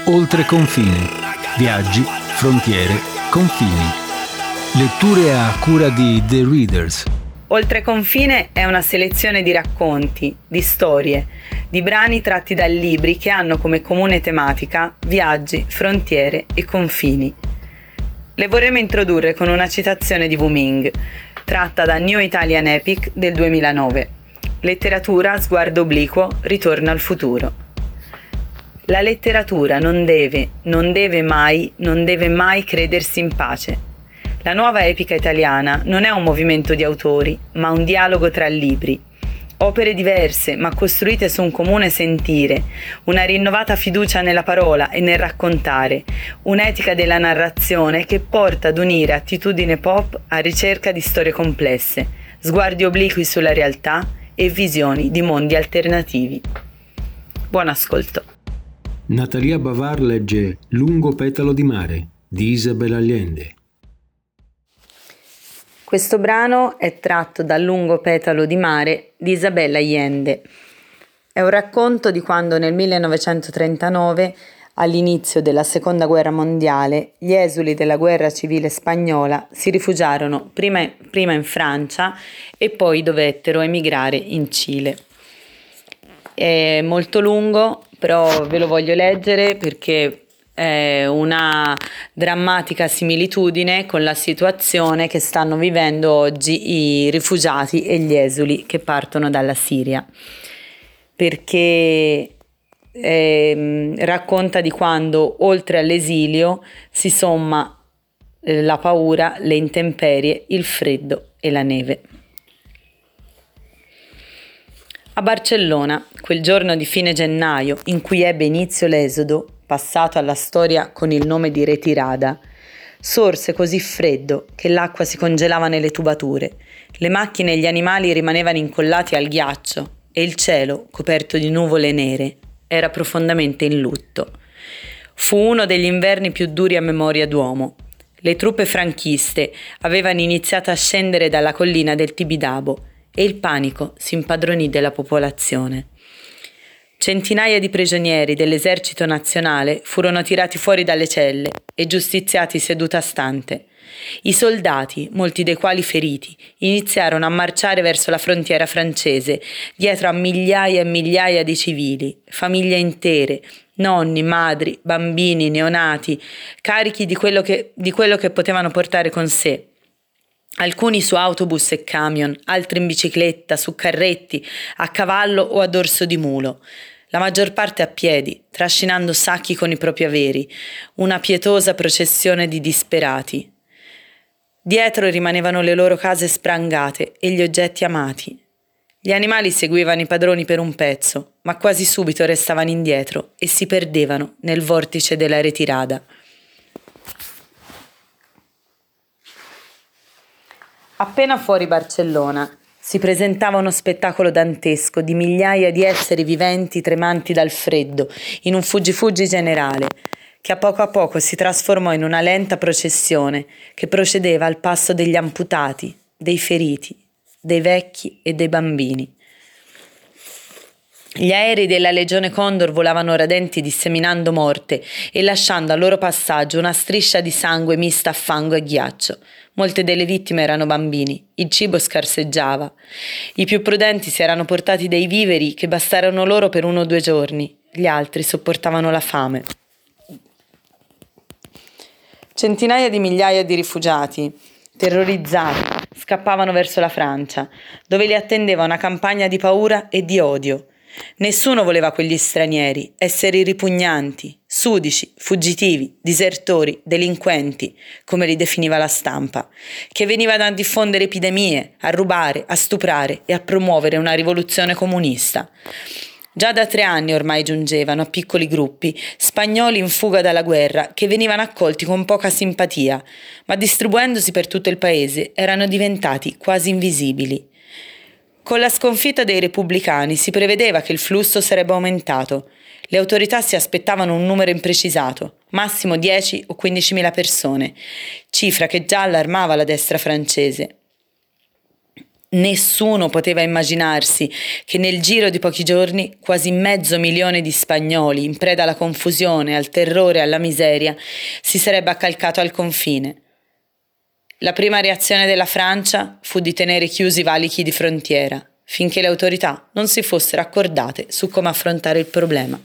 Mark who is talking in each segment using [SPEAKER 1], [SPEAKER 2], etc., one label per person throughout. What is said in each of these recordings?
[SPEAKER 1] Oltre confine. Viaggi, frontiere, confini. Letture a cura di The Readers.
[SPEAKER 2] Oltre confine è una selezione di racconti, di storie, di brani tratti da libri che hanno come comune tematica viaggi, frontiere e confini. Le vorremmo introdurre con una citazione di Wu Ming, tratta da New Italian Epic del 2009. Letteratura, sguardo obliquo, ritorno al futuro. La letteratura non deve mai credersi in pace. La nuova epica italiana non è un movimento di autori, ma un dialogo tra libri. Opere diverse, ma costruite su un comune sentire, una rinnovata fiducia nella parola e nel raccontare, un'etica della narrazione che porta ad unire attitudine pop a ricerca di storie complesse, sguardi obliqui sulla realtà e visioni di mondi alternativi. Buon ascolto.
[SPEAKER 1] Natalia Bavar legge Lungo petalo di mare di Isabel Allende.
[SPEAKER 2] Questo brano è tratto dal Lungo petalo di mare di Isabel Allende. È un racconto di quando nel 1939, all'inizio della Seconda Guerra Mondiale, gli esuli della guerra civile spagnola si rifugiarono prima in Francia e poi dovettero emigrare in Cile. È molto lungo, però ve lo voglio leggere perché è una drammatica similitudine con la situazione che stanno vivendo oggi i rifugiati e gli esuli che partono dalla Siria, perché racconta di quando oltre all'esilio si somma la paura, le intemperie, il freddo e la neve. A Barcellona, quel giorno di fine gennaio in cui ebbe inizio l'esodo, passato alla storia con il nome di Retirada, sorse così freddo che l'acqua si congelava nelle tubature, le macchine e gli animali rimanevano incollati al ghiaccio e il cielo, coperto di nuvole nere, era profondamente in lutto. Fu uno degli inverni più duri a memoria d'uomo. Le truppe franchiste avevano iniziato a scendere dalla collina del Tibidabo e il panico si impadronì della popolazione. Centinaia di prigionieri dell'esercito nazionale furono tirati fuori dalle celle e giustiziati seduta stante. I soldati, molti dei quali feriti, iniziarono a marciare verso la frontiera francese, dietro a migliaia e migliaia di civili, famiglie intere, nonni, madri, bambini, neonati, carichi di quello che potevano portare con sé. Alcuni su autobus e camion, altri in bicicletta, su carretti, a cavallo o a dorso di mulo. La maggior parte a piedi, trascinando sacchi con i propri averi, una pietosa processione di disperati. Dietro rimanevano le loro case sprangate e gli oggetti amati. Gli animali seguivano i padroni per un pezzo, ma quasi subito restavano indietro e si perdevano nel vortice della Retirada. Appena fuori Barcellona si presentava uno spettacolo dantesco di migliaia di esseri viventi tremanti dal freddo, in un fuggi-fuggi generale, che a poco si trasformò in una lenta processione che procedeva al passo degli amputati, dei feriti, dei vecchi e dei bambini. Gli aerei della Legione Condor volavano radenti disseminando morte e lasciando al loro passaggio una striscia di sangue mista a fango e ghiaccio. Molte delle vittime erano bambini, il cibo scarseggiava. I più prudenti si erano portati dei viveri che bastarono loro per 1 o 2 giorni, gli altri sopportavano la fame. Centinaia di migliaia di rifugiati, terrorizzati, scappavano verso la Francia, dove li attendeva una campagna di paura e di odio. Nessuno voleva quegli stranieri, esseri ripugnanti, sudici, fuggitivi, disertori, delinquenti, come li definiva la stampa, che venivano a diffondere epidemie, a rubare, a stuprare e a promuovere una rivoluzione comunista. Già da 3 anni ormai giungevano a piccoli gruppi spagnoli in fuga dalla guerra che venivano accolti con poca simpatia, ma distribuendosi per tutto il paese erano diventati quasi invisibili. Con la sconfitta dei repubblicani si prevedeva che il flusso sarebbe aumentato. Le autorità si aspettavano un numero imprecisato, massimo 10 o 15.000 persone, cifra che già allarmava la destra francese. Nessuno poteva immaginarsi che nel giro di pochi giorni quasi 500.000 di spagnoli, in preda alla confusione, al terrore e alla miseria, si sarebbe accalcato al confine. La prima reazione della Francia fu di tenere chiusi i valichi di frontiera, finché le autorità non si fossero accordate su come affrontare il problema.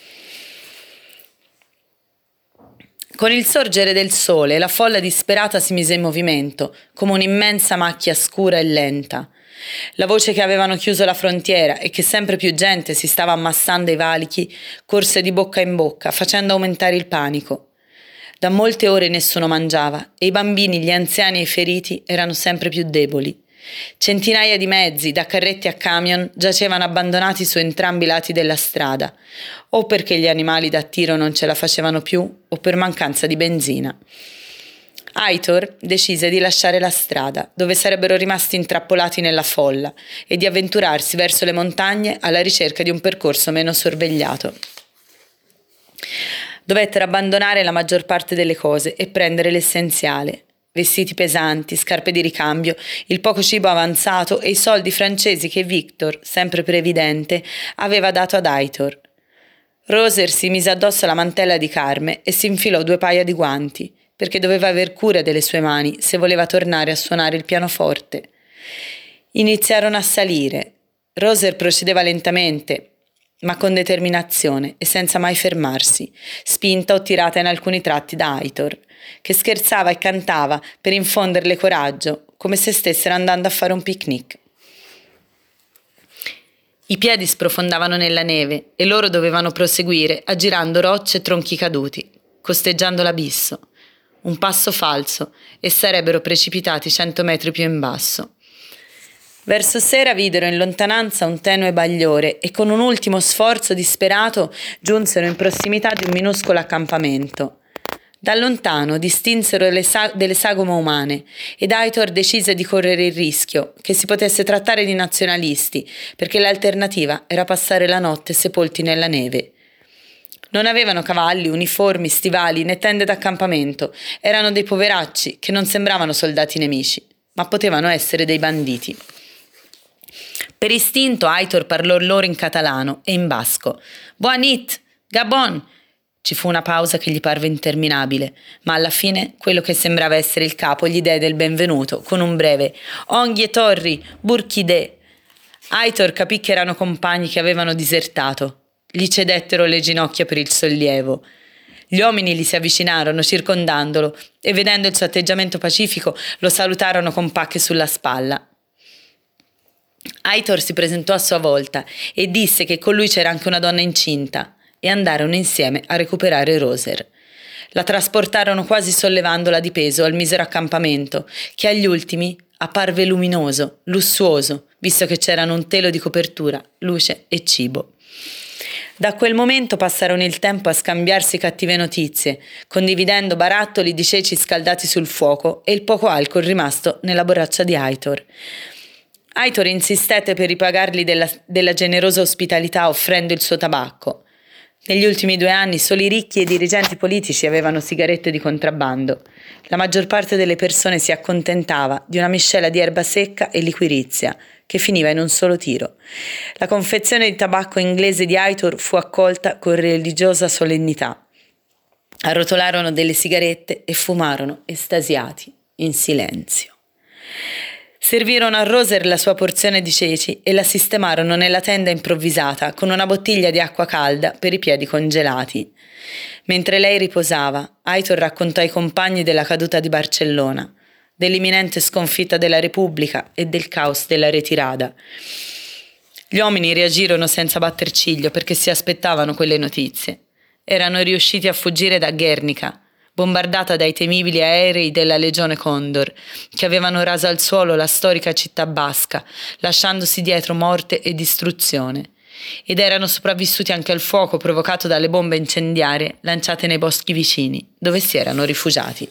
[SPEAKER 2] Con il sorgere del sole, la folla disperata si mise in movimento, come un'immensa macchia scura e lenta. La voce che avevano chiuso la frontiera e che sempre più gente si stava ammassando ai valichi corse di bocca in bocca, facendo aumentare il panico. Da molte ore nessuno mangiava e i bambini, gli anziani e i feriti erano sempre più deboli. Centinaia di mezzi, da carretti a camion, giacevano abbandonati su entrambi i lati della strada, o perché gli animali da tiro non ce la facevano più, o per mancanza di benzina. Aitor decise di lasciare la strada, dove sarebbero rimasti intrappolati nella folla, e di avventurarsi verso le montagne alla ricerca di un percorso meno sorvegliato. Dovettero abbandonare la maggior parte delle cose e prendere l'essenziale. Vestiti pesanti, scarpe di ricambio, il poco cibo avanzato e i soldi francesi che Victor, sempre previdente, aveva dato ad Aitor. Roser si mise addosso la mantella di Carme e si infilò 2 paia di guanti, perché doveva aver cura delle sue mani se voleva tornare a suonare il pianoforte. Iniziarono a salire. Roser procedeva lentamente, ma con determinazione e senza mai fermarsi, spinta o tirata in alcuni tratti da Aitor, che scherzava e cantava per infonderle coraggio, come se stessero andando a fare un picnic. I piedi sprofondavano nella neve e loro dovevano proseguire aggirando rocce e tronchi caduti, costeggiando l'abisso. Un passo falso e sarebbero precipitati 100 metri più in basso. Verso sera videro in lontananza un tenue bagliore e con un ultimo sforzo disperato giunsero in prossimità di un minuscolo accampamento. Da lontano distinsero delle sagome umane ed Aitor decise di correre il rischio che si potesse trattare di nazionalisti, perché l'alternativa era passare la notte sepolti nella neve. Non avevano cavalli, uniformi, stivali né tende d'accampamento, erano dei poveracci che non sembravano soldati nemici, ma potevano essere dei banditi. Per istinto Aitor parlò loro in catalano e in basco. «Buonit! Gabon!» Ci fu una pausa che gli parve interminabile, ma alla fine quello che sembrava essere il capo gli diede il benvenuto con un breve «Onghie torri, burchide!». Aitor capì che erano compagni che avevano disertato. Gli cedettero le ginocchia per il sollievo. Gli uomini gli si avvicinarono circondandolo e vedendo il suo atteggiamento pacifico lo salutarono con pacche sulla spalla. Aitor si presentò a sua volta e disse che con lui c'era anche una donna incinta e andarono insieme a recuperare Roser. La trasportarono quasi sollevandola di peso al misero accampamento, che agli ultimi apparve luminoso, lussuoso, visto che c'erano un telo di copertura, luce e cibo. Da quel momento passarono il tempo a scambiarsi cattive notizie, condividendo barattoli di ceci scaldati sul fuoco e il poco alcol rimasto nella borraccia di Aitor. Aitor insistette per ripagargli della generosa ospitalità offrendo il suo tabacco. Negli ultimi 2 anni solo i ricchi e i dirigenti politici avevano sigarette di contrabbando. La maggior parte delle persone si accontentava di una miscela di erba secca e liquirizia, che finiva in un solo tiro. La confezione di tabacco inglese di Aitor fu accolta con religiosa solennità. Arrotolarono delle sigarette e fumarono estasiati, in silenzio. Servirono a Roser la sua porzione di ceci e la sistemarono nella tenda improvvisata con una bottiglia di acqua calda per i piedi congelati. Mentre lei riposava, Aitor raccontò ai compagni della caduta di Barcellona, dell'imminente sconfitta della Repubblica e del caos della retirada. Gli uomini reagirono senza batter ciglio perché si aspettavano quelle notizie. Erano riusciti a fuggire da Guernica, bombardata dai temibili aerei della Legione Condor, che avevano raso al suolo la storica città basca, lasciandosi dietro morte e distruzione. Ed erano sopravvissuti anche al fuoco provocato dalle bombe incendiarie lanciate nei boschi vicini, dove si erano rifugiati.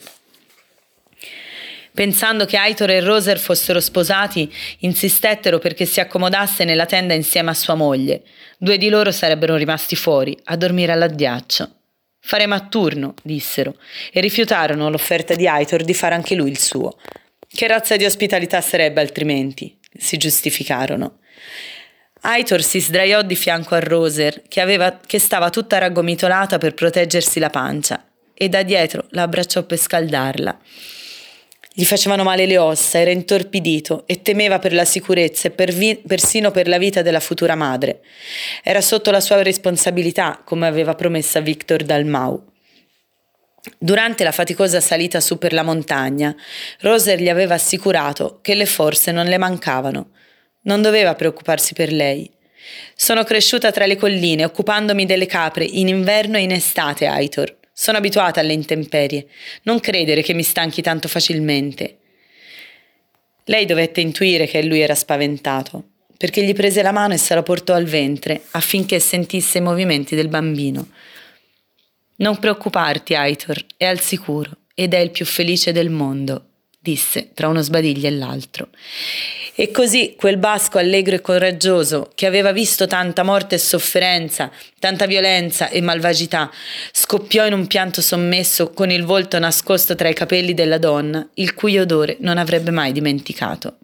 [SPEAKER 2] Pensando che Aitor e Roser fossero sposati, insistettero perché si accomodasse nella tenda insieme a sua moglie. 2 di loro sarebbero rimasti fuori, a dormire all'addiaccio. «Faremo a turno», dissero, e rifiutarono l'offerta di Aitor di fare anche lui il suo. Che razza di ospitalità sarebbe altrimenti? si giustificarono. Aitor si sdraiò di fianco a Roser, che stava tutta raggomitolata per proteggersi la pancia, e da dietro la abbracciò per scaldarla. Gli facevano male le ossa, era intorpidito e temeva per la sicurezza e persino per la vita della futura madre. Era sotto la sua responsabilità, come aveva promesso a Victor Dalmau. Durante la faticosa salita su per la montagna, Roser gli aveva assicurato che le forze non le mancavano. Non doveva preoccuparsi per lei. Sono cresciuta tra le colline, occupandomi delle capre in inverno e in estate, Aitor. Sono abituata alle intemperie. Non credere che mi stanchi tanto facilmente. Lei dovette intuire che lui era spaventato, perché gli prese la mano e se la portò al ventre affinché sentisse i movimenti del bambino. Non preoccuparti, Aitor, è al sicuro ed è il più felice del mondo, disse tra uno sbadiglio e l'altro. E così quel basco allegro e coraggioso, che aveva visto tanta morte e sofferenza, tanta violenza e malvagità, scoppiò in un pianto sommesso con il volto nascosto tra i capelli della donna, il cui odore non avrebbe mai dimenticato.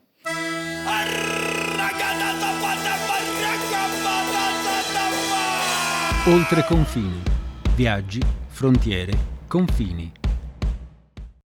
[SPEAKER 1] Oltre confini. Viaggi, frontiere, confini.